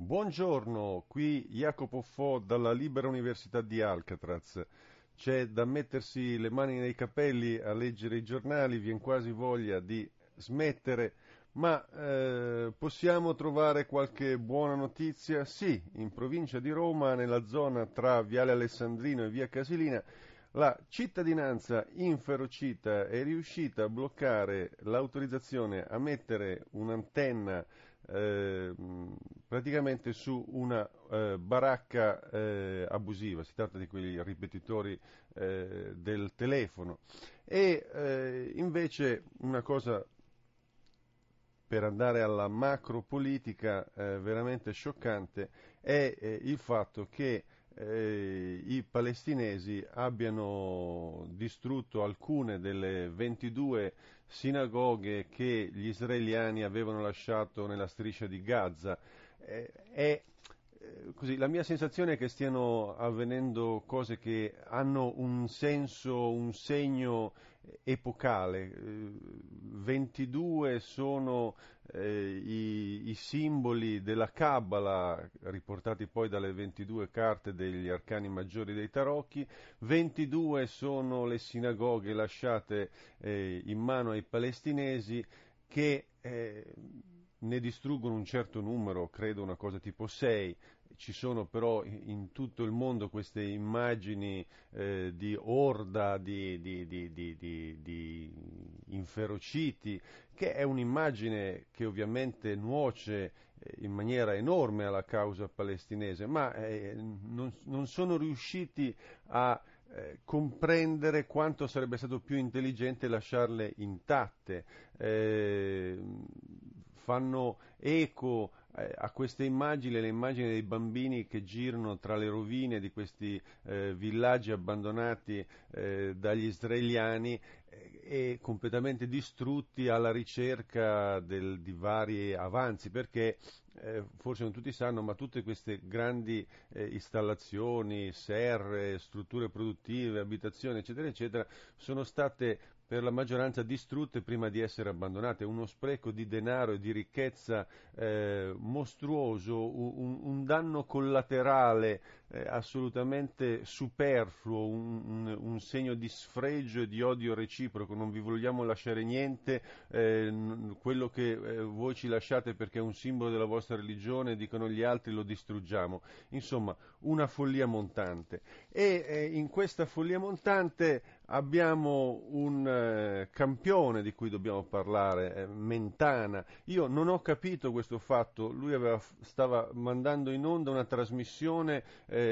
Buongiorno, qui Jacopo Fo dalla Libera Università di Alcatraz. C'è da mettersi le mani nei capelli a leggere i giornali, viene quasi voglia di smettere, ma possiamo trovare qualche buona notizia? Sì, in provincia di Roma, nella zona tra Viale Alessandrino e Via Casilina, la cittadinanza inferocita è riuscita a bloccare l'autorizzazione a mettere un'antenna eh, praticamente su una baracca abusiva. Si tratta di quei ripetitori del telefono. E invece una cosa, per andare alla macro politica, veramente scioccante è il fatto che i palestinesi abbiano distrutto alcune delle 22 sinagoghe che gli israeliani avevano lasciato nella striscia di Gaza. È così, la mia sensazione è che stiano avvenendo cose che hanno un senso, un segno epocale. 22 sono i simboli della Cabala, riportati poi dalle 22 carte degli arcani maggiori dei tarocchi, 22 sono le sinagoghe lasciate in mano ai palestinesi che ne distruggono un certo numero, credo una cosa tipo 6. Ci sono però in tutto il mondo queste immagini di orda di inferociti, che è un'immagine che ovviamente nuoce in maniera enorme alla causa palestinese, ma non sono riusciti a comprendere quanto sarebbe stato più intelligente lasciarle intatte. Fanno eco a queste immagini, le immagini dei bambini che girano tra le rovine di questi villaggi abbandonati dagli israeliani e completamente distrutti alla ricerca di vari avanzi, perché forse non tutti sanno, ma tutte queste grandi installazioni, serre, strutture produttive, abitazioni, eccetera, eccetera, sono state per la maggioranza distrutte prima di essere abbandonate. Uno spreco di denaro e di ricchezza mostruoso, un danno collaterale assolutamente superfluo, un segno di sfregio e di odio reciproco. Non vi vogliamo lasciare niente, quello che voi ci lasciate perché è un simbolo della vostra religione, dicono gli altri, lo distruggiamo. Insomma, una follia montante. E in questa follia montante abbiamo un campione di cui dobbiamo parlare, Mentana. Io non ho capito questo fatto, lui stava mandando in onda una trasmissione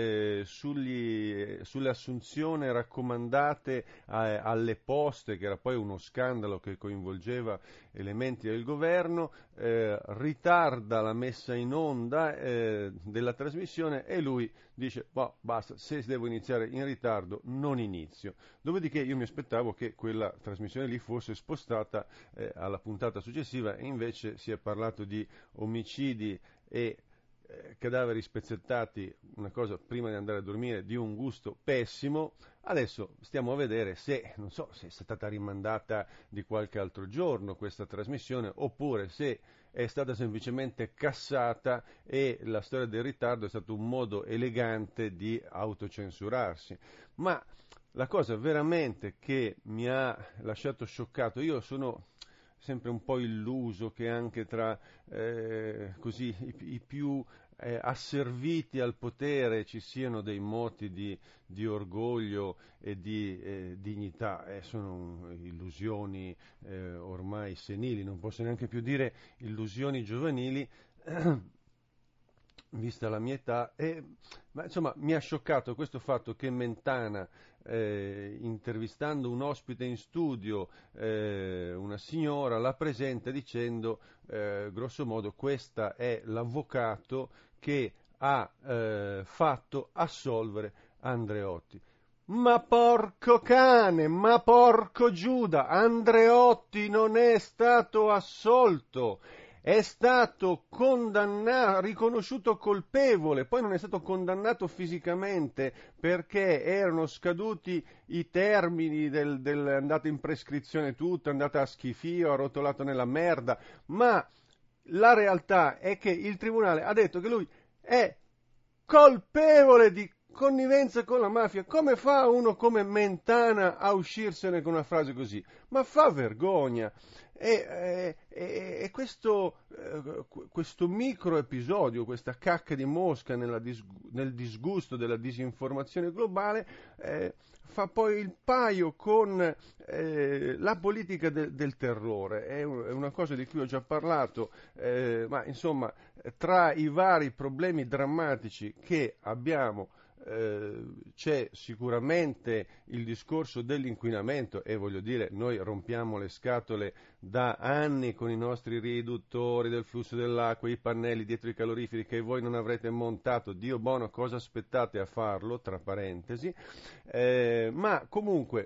sulle assunzioni raccomandate alle poste, che era poi uno scandalo che coinvolgeva elementi del governo, ritarda la messa in onda della trasmissione e lui dice, boh, basta, se devo iniziare in ritardo non inizio. Dopodiché io mi aspettavo che quella trasmissione lì fosse spostata alla puntata successiva e invece si è parlato di omicidi e cadaveri spezzettati, una cosa prima di andare a dormire di un gusto pessimo. Adesso stiamo a vedere se, non so, se è stata rimandata di qualche altro giorno questa trasmissione oppure se è stata semplicemente cassata e la storia del ritardo è stato un modo elegante di autocensurarsi. Ma la cosa veramente che mi ha lasciato scioccato, io sono sempre un po' illuso che anche tra così, i più asserviti al potere ci siano dei moti di orgoglio e di dignità. Sono illusioni ormai senili, non posso neanche più dire illusioni giovanili, vista la mia età, ma insomma mi ha scioccato questo fatto che Mentana, intervistando un ospite in studio, una signora, la presenta dicendo, grosso modo, questa è l'avvocato che ha fatto assolvere Andreotti. Ma porco cane, ma porco Giuda, Andreotti non è stato assolto, è stato condannato, riconosciuto colpevole, poi non è stato condannato fisicamente perché erano scaduti i termini è andato in prescrizione tutto, è andato a schifio, arrotolato nella merda, ma la realtà è che il tribunale ha detto che lui è colpevole di connivenza con la mafia. Come fa uno come Mentana a uscirsene con una frase così? Ma fa vergogna. E questo micro episodio, questa cacca di mosca nel disgusto della disinformazione globale, fa poi il paio con la politica del terrore. È una cosa di cui ho già parlato, ma insomma, tra i vari problemi drammatici che abbiamo, c'è sicuramente il discorso dell'inquinamento, e voglio dire, noi rompiamo le scatole da anni con i nostri riduttori del flusso dell'acqua, i pannelli dietro i caloriferi che voi non avrete montato. Dio buono, cosa aspettate a farlo, tra parentesi, ma comunque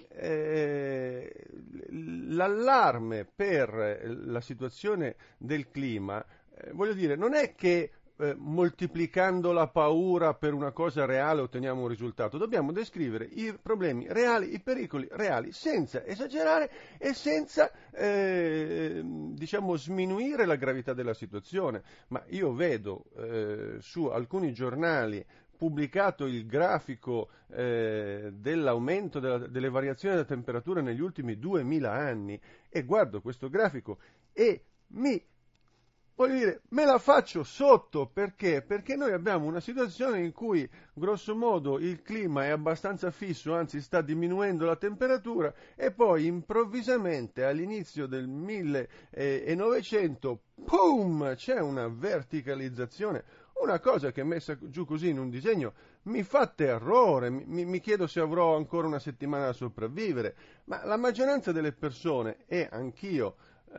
l'allarme per la situazione del clima, voglio dire, non è che moltiplicando la paura per una cosa reale otteniamo un risultato. Dobbiamo descrivere i problemi reali, i pericoli reali, senza esagerare e senza diciamo sminuire la gravità della situazione. Ma io vedo su alcuni giornali pubblicato il grafico dell'aumento delle variazioni della temperatura negli ultimi 2000 anni, e guardo questo grafico e voglio dire, me la faccio sotto. Perché? Perché noi abbiamo una situazione in cui, grosso modo, il clima è abbastanza fisso, anzi sta diminuendo la temperatura, e poi improvvisamente all'inizio del 1900, boom, c'è una verticalizzazione. Una cosa che messa giù così in un disegno mi fa terrore, mi chiedo se avrò ancora una settimana da sopravvivere, ma la maggioranza delle persone, e anch'io,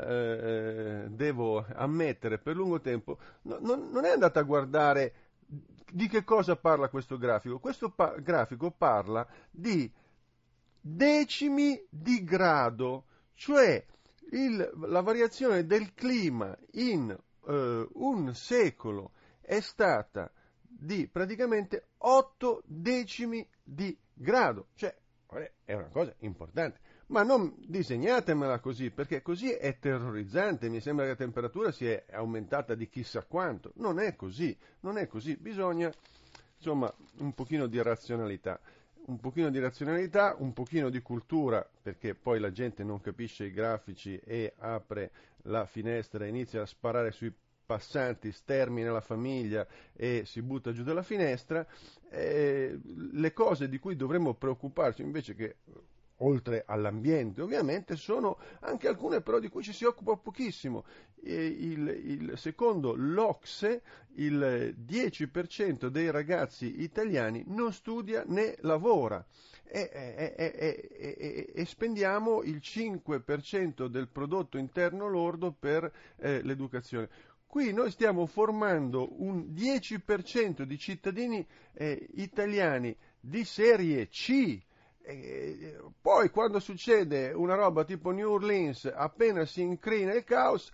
devo ammettere, per lungo tempo non è andata a guardare di che cosa parla questo grafico. Questo grafico parla di decimi di grado, cioè la variazione del clima in un secolo è stata di praticamente 8 decimi di grado, cioè è una cosa importante. Ma non disegnatemela così, perché così è terrorizzante. Mi sembra che la temperatura si è aumentata di chissà quanto. Non è così, non è così. Bisogna, insomma, un pochino di razionalità, un pochino di cultura, perché poi la gente non capisce i grafici e apre la finestra e inizia a sparare sui passanti, stermina la famiglia e si butta giù dalla finestra. Le cose di cui dovremmo preoccuparci, invece, che oltre all'ambiente ovviamente, sono anche alcune però di cui ci si occupa pochissimo. Secondo l'OCSE il 10% dei ragazzi italiani non studia né lavora, e spendiamo il 5% del prodotto interno lordo per l'educazione. Qui noi stiamo formando un 10% di cittadini italiani di serie C. Poi quando succede una roba tipo New Orleans, appena si incrina il caos,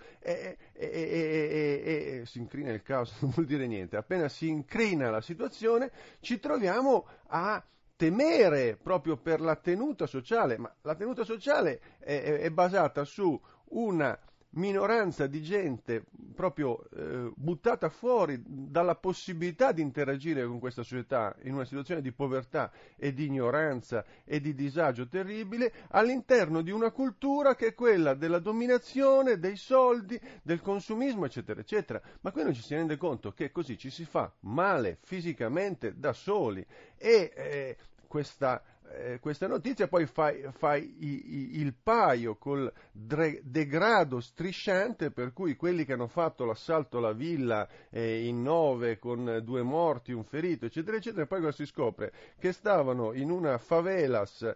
si incrina il caos non vuol dire niente, appena si incrina la situazione, ci troviamo a temere proprio per la tenuta sociale. Ma la tenuta sociale è basata su una minoranza di gente proprio buttata fuori dalla possibilità di interagire con questa società in una situazione di povertà e di ignoranza e di disagio terribile, all'interno di una cultura che è quella della dominazione, dei soldi, del consumismo, eccetera, eccetera. Ma qui non ci si rende conto che così ci si fa male fisicamente da soli, e questa notizia poi fa il paio col degrado strisciante per cui quelli che hanno fatto l'assalto alla villa in 9 con 2 morti, un ferito, eccetera, eccetera, e poi si scopre che stavano in una favelas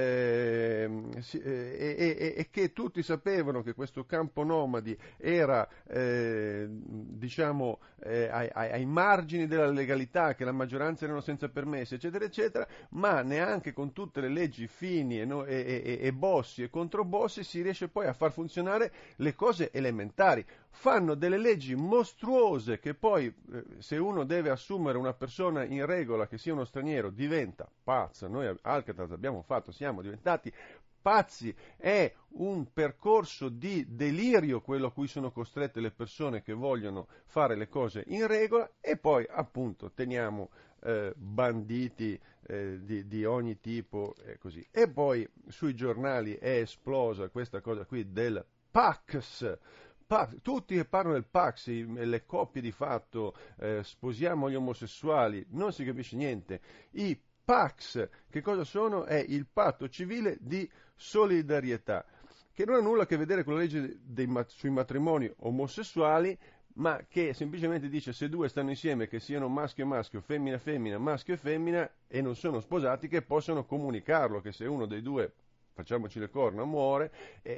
e che tutti sapevano che questo campo nomadi era diciamo ai margini della legalità, che la maggioranza erano senza permessi, eccetera, eccetera, ma neanche con tutte le leggi fini e bossi e controbossi si riesce poi a far funzionare le cose elementari. Fanno delle leggi mostruose che poi, se uno deve assumere una persona in regola che sia uno straniero, diventa pazzo. Noi a Alcatraz siamo diventati pazzi, è un percorso di delirio quello a cui sono costrette le persone che vogliono fare le cose in regola, e poi appunto teniamo banditi di ogni tipo e così. E poi sui giornali è esplosa questa cosa qui del Pax. Tutti che parlano del Pax, le coppie di fatto, sposiamo gli omosessuali, non si capisce niente. I Pax, che cosa sono? È il patto civile di solidarietà, che non ha nulla a che vedere con la legge sui matrimoni omosessuali, ma che semplicemente dice se due stanno insieme, che siano maschio e maschio, femmina e femmina, maschio e femmina, e non sono sposati, che possono comunicarlo, che se uno dei due, facciamoci le corna, muore,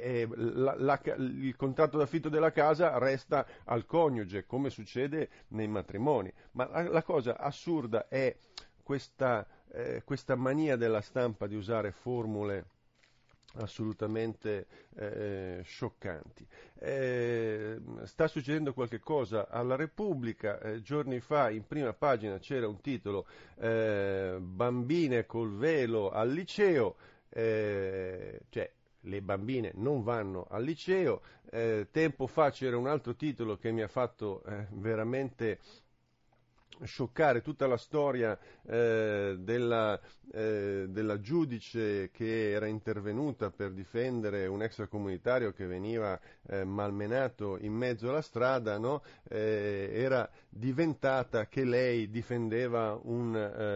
il contratto d'affitto della casa resta al coniuge, come succede nei matrimoni. Ma la cosa assurda è questa mania della stampa di usare formule assolutamente scioccanti. Sta succedendo qualche cosa alla Repubblica. Giorni fa in prima pagina c'era un titolo, bambine col velo al liceo, cioè le bambine non vanno al liceo. Tempo fa c'era un altro titolo che mi ha fatto veramente scioccare, tutta la storia della giudice che era intervenuta per difendere un extracomunitario che veniva malmenato in mezzo alla strada, no? Era diventata che lei difendeva un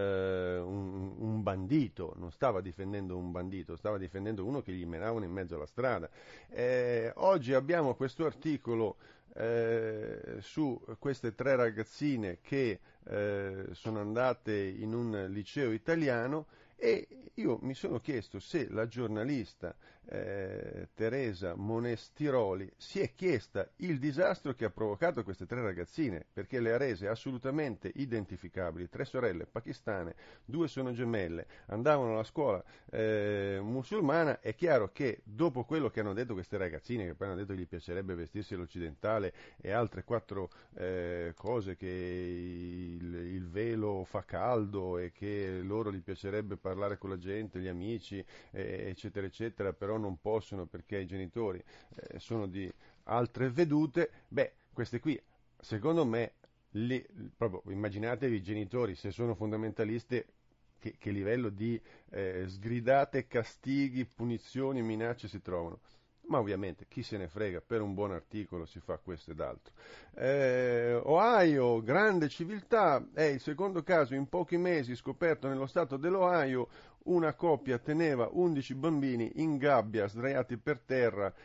bandito, non stava difendendo un bandito, stava difendendo uno che gli menavano in mezzo alla strada. Oggi abbiamo questo articolo su queste 3 ragazzine che sono andate in un liceo italiano, e io mi sono chiesto se la giornalista Teresa Monestiroli si è chiesta il disastro che ha provocato queste 3 ragazzine, perché le ha rese assolutamente identificabili. 3 sorelle pakistane, 2 sono gemelle, andavano alla scuola musulmana. È chiaro che dopo quello che hanno detto queste ragazzine, che poi hanno detto che gli piacerebbe vestirsi all'occidentale e altre 4 cose, che il velo fa caldo e che loro gli piacerebbe parlare con la gente, gli amici, eccetera eccetera, però non possono perché i genitori sono di altre vedute. Queste qui secondo me proprio immaginatevi i genitori, se sono fondamentaliste, che livello di sgridate, castighi, punizioni, minacce si trovano. Ma ovviamente chi se ne frega, per un buon articolo si fa questo ed altro. Ohio, grande civiltà, è il secondo caso in pochi mesi scoperto nello stato dell'Ohio. Una coppia teneva 11 bambini in gabbia, sdraiati per terra.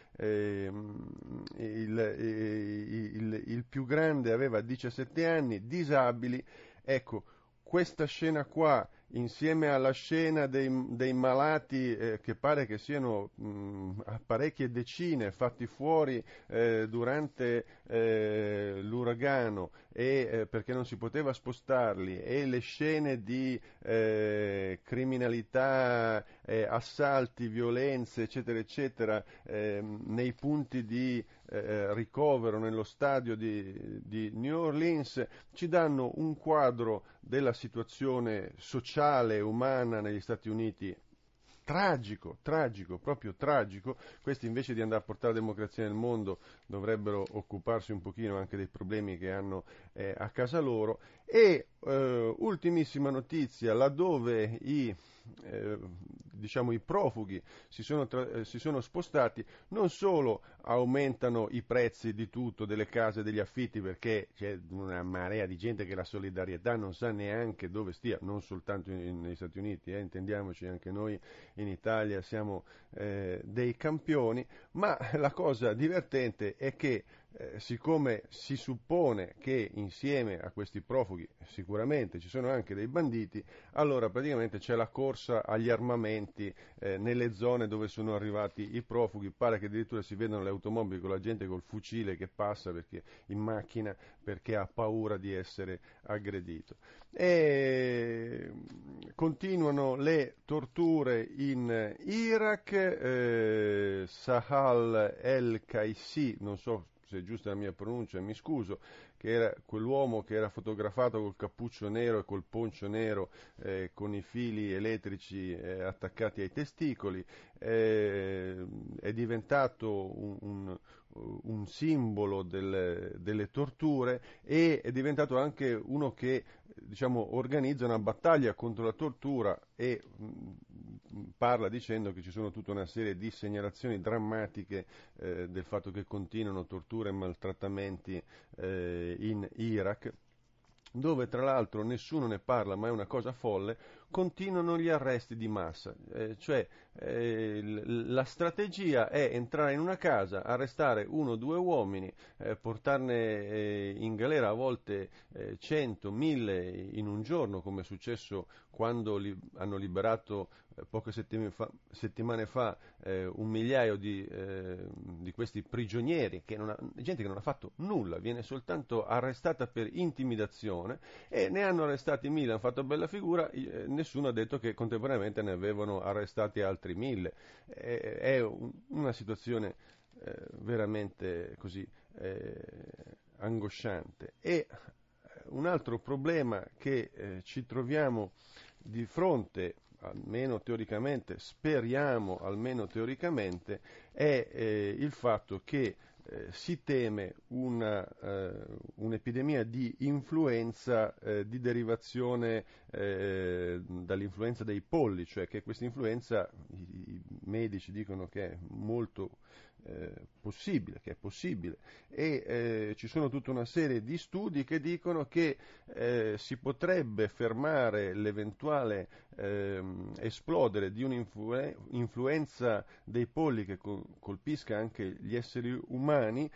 Il più grande aveva 17 anni, disabili. Ecco, questa scena qua, insieme alla scena dei malati, che pare che siano parecchie decine fatti fuori durante l'uragano, e perché non si poteva spostarli, e le scene di criminalità, assalti, violenze, eccetera, eccetera, nei punti di ricovero nello stadio di New Orleans, ci danno un quadro della situazione sociale e umana negli Stati Uniti tragico, proprio tragico. Questi, invece di andare a portare la democrazia nel mondo, dovrebbero occuparsi un pochino anche dei problemi che hanno a casa loro. E ultimissima notizia, laddove i profughi si sono spostati, non solo aumentano i prezzi di tutto, delle case, degli affitti, perché c'è una marea di gente che la solidarietà non sa neanche dove stia, non soltanto negli Stati Uniti, intendiamoci, anche noi in Italia siamo dei campioni. Ma la cosa divertente è che siccome si suppone che insieme a questi profughi sicuramente ci sono anche dei banditi, allora praticamente c'è la corsa agli armamenti nelle zone dove sono arrivati i profughi. Pare che addirittura si vedano le automobili con la gente col fucile che passa in macchina perché ha paura di essere aggredito. E continuano le torture in Iraq. Sahal el-Kaisi, non so se è giusta la mia pronuncia, mi scuso, che era quell'uomo che era fotografato col cappuccio nero e col poncio nero, con i fili elettrici attaccati ai testicoli, è diventato un simbolo delle torture, e è diventato anche uno che, diciamo, organizza una battaglia contro la tortura, e parla dicendo che ci sono tutta una serie di segnalazioni drammatiche del fatto che continuano torture e maltrattamenti in Iraq, dove tra l'altro nessuno ne parla, ma è una cosa folle. Continuano gli arresti di massa, la strategia è entrare in una casa, arrestare uno o due uomini, portarne in galera a volte 100, 1000 in un giorno, come è successo quando hanno liberato poche settimane fa 1 migliaio di questi prigionieri, gente che non ha fatto nulla, viene soltanto arrestata per intimidazione, e ne hanno arrestati 1000, hanno fatto bella figura, nessuno ha detto che contemporaneamente ne avevano arrestati altri 1000. È una situazione veramente così angosciante. E un altro problema che ci troviamo di fronte, almeno teoricamente, speriamo almeno teoricamente, è il fatto che si teme un'epidemia di influenza di derivazione dall'influenza dei polli, cioè che questa influenza, i medici dicono che è molto possibile, e ci sono tutta una serie di studi che dicono che si potrebbe fermare l'eventuale esplodere di un'influenza dei polli che colpisca anche gli esseri umani,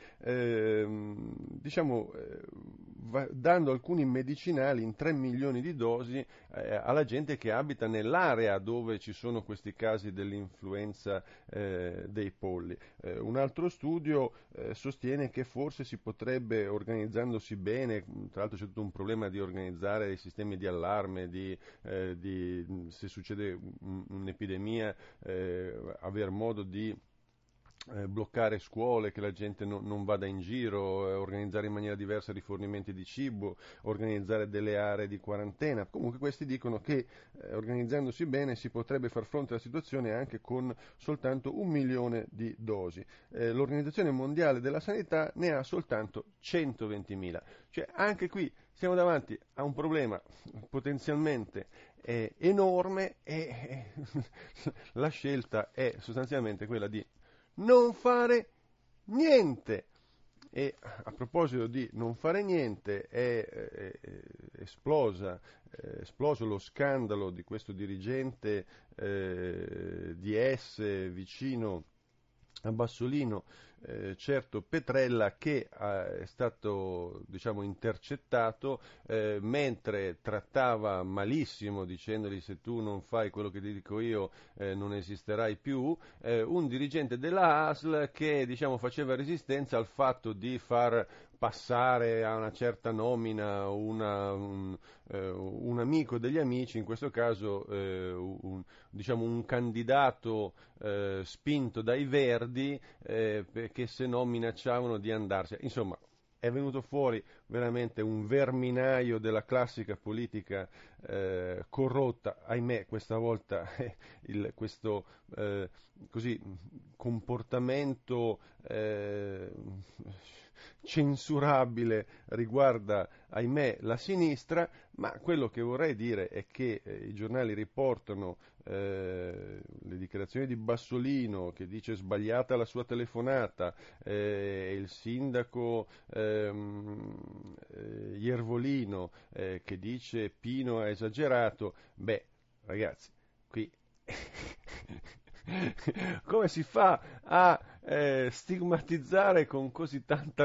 dando alcuni medicinali in 3 milioni di dosi alla gente che abita nell'area dove ci sono questi casi dell'influenza dei polli. Un altro studio sostiene che forse si potrebbe, organizzandosi bene, tra l'altro c'è tutto un problema di organizzare i sistemi di allarme, se succede un'epidemia, aver modo di bloccare scuole, che la gente non vada in giro, organizzare in maniera diversa i rifornimenti di cibo, organizzare delle aree di quarantena. Comunque questi dicono che organizzandosi bene si potrebbe far fronte alla situazione anche con soltanto 1 milione di dosi. L'Organizzazione Mondiale della Sanità ne ha soltanto 120.000. Cioè anche qui siamo davanti a un problema potenzialmente enorme, e la scelta è sostanzialmente quella di non fare niente. E a proposito di non fare niente, è esploso lo scandalo di questo dirigente DS vicino a Bassolino, certo Petrella, che è stato, diciamo, intercettato mentre trattava malissimo, dicendogli: se tu non fai quello che ti dico io non esisterai più, un dirigente della ASL che, diciamo, faceva resistenza al fatto di far passare a una certa nomina un amico degli amici, in questo caso un candidato spinto dai Verdi, che se no minacciavano di andarsene. Insomma, è venuto fuori veramente un verminaio della classica politica corrotta. Ahimè, questa volta questo così comportamento censurabile riguarda, ahimè, la sinistra, ma quello che vorrei dire è che i giornali riportano le dichiarazioni di Bassolino, che dice sbagliata la sua telefonata, il sindaco Iervolino che dice Pino ha esagerato. Beh, ragazzi, qui come si fa a stigmatizzare con così tanta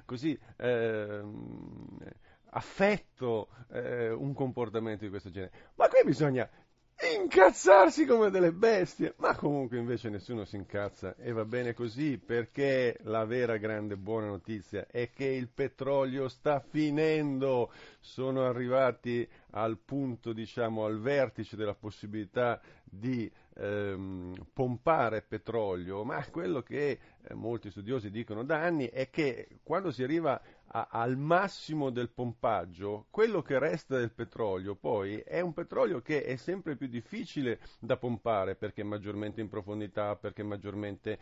affetto un comportamento di questo genere? Ma qui bisogna incazzarsi come delle bestie, ma comunque invece nessuno si incazza e va bene così, perché la vera grande buona notizia è che il petrolio sta finendo. Sono arrivati al punto, diciamo, al vertice della possibilità di pompare petrolio, ma quello che molti studiosi dicono da anni è che quando si arriva al massimo del pompaggio, quello che resta del petrolio poi è un petrolio che è sempre più difficile da pompare perché è maggiormente in profondità, perché è maggiormente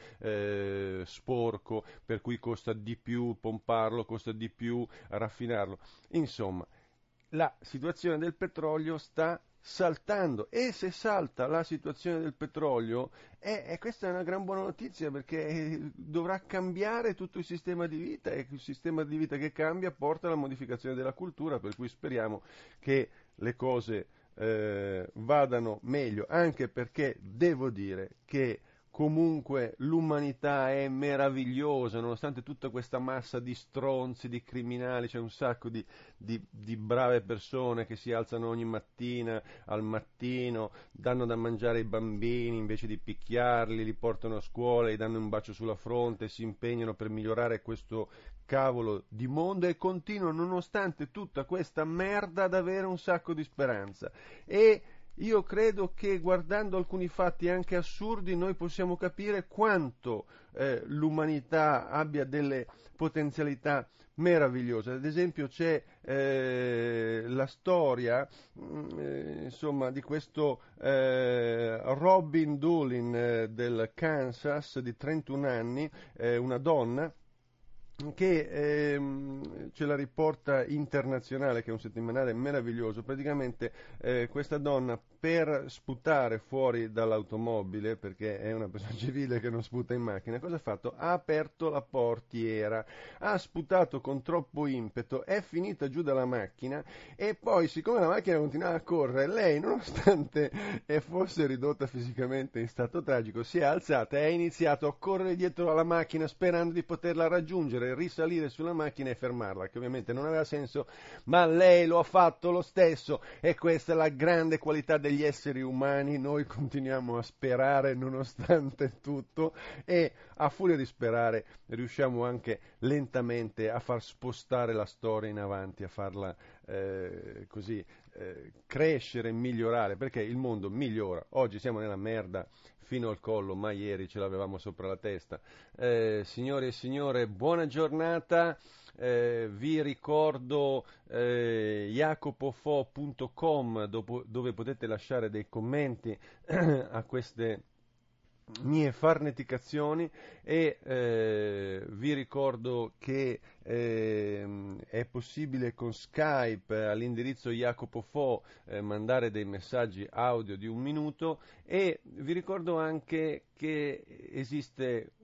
sporco, per cui costa di più pomparlo, costa di più raffinarlo. Insomma, la situazione del petrolio sta saltando e se salta la situazione del petrolio, questa è una gran buona notizia perché dovrà cambiare tutto il sistema di vita e il sistema di vita che cambia porta alla modificazione della cultura, per cui speriamo che le cose vadano meglio, anche perché devo dire che comunque l'umanità è meravigliosa, nonostante tutta questa massa di stronzi, di criminali, c'è un sacco di brave persone che si alzano ogni mattina al mattino, danno da mangiare ai bambini invece di picchiarli, li portano a scuola, gli danno un bacio sulla fronte, si impegnano per migliorare questo cavolo di mondo e continuano nonostante tutta questa merda ad avere un sacco di speranza. E io credo che guardando alcuni fatti anche assurdi noi possiamo capire quanto l'umanità abbia delle potenzialità meravigliose. Ad esempio c'è la storia insomma, di questo Robin Doolin del Kansas di 31 anni, una donna che ce la riporta Internazionale, che è un settimanale meraviglioso. Praticamente questa donna per sputare fuori dall'automobile, perché è una persona civile che non sputa in macchina, cosa ha fatto? Ha aperto la portiera, ha sputato con troppo impeto, è finita giù dalla macchina e poi, siccome la macchina continuava a correre, lei, nonostante fosse ridotta fisicamente in stato tragico, si è alzata e ha iniziato a correre dietro alla macchina sperando di poterla raggiungere, risalire sulla macchina e fermarla, che ovviamente non aveva senso, ma lei lo ha fatto lo stesso e questa è la grande qualità degli esseri umani. Noi continuiamo a sperare nonostante tutto e a furia di sperare riusciamo anche lentamente a far spostare la storia in avanti, a farla crescere, migliorare, perché il mondo migliora. Oggi siamo nella merda fino al collo, ma ieri ce l'avevamo sopra la testa. Signori e signore, buona giornata. Vi ricordo jacopofo.com dove potete lasciare dei commenti a queste mie farneticazioni e vi ricordo che è possibile con Skype all'indirizzo Jacopofo mandare dei messaggi audio di 1 minuto e vi ricordo anche che esiste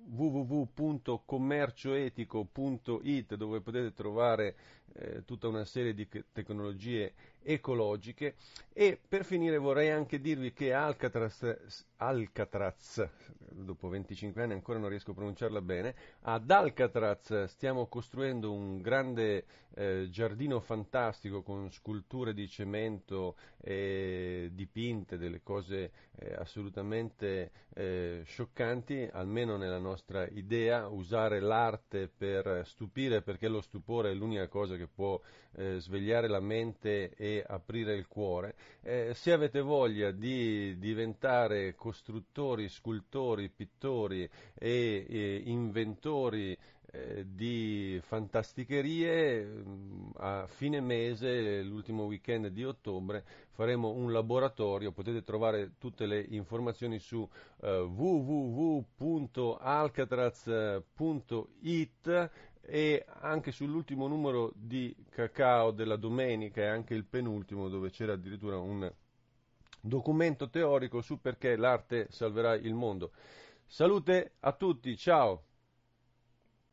www.commercioetico.it dove potete trovare tutta una serie di tecnologie ecologiche e per finire vorrei anche dirvi che Alcatraz, dopo 25 anni ancora non riesco a pronunciarla bene, ad Alcatraz stiamo costruendo un grande giardino fantastico con sculture di cemento dipinte, delle cose assolutamente scioccanti, almeno nella nostra idea, usare l'arte per stupire, perché lo stupore è l'unica cosa che può svegliare la mente e aprire il cuore. Se avete voglia di diventare costruttori, scultori, pittori e inventori di fantasticherie, a fine mese, l'ultimo weekend di ottobre, faremo un laboratorio. Potete trovare tutte le informazioni su www.alcatraz.it e anche sull'ultimo numero di Cacao della domenica e anche il penultimo, dove c'era addirittura un documento teorico su perché l'arte salverà il mondo. Salute a tutti, ciao!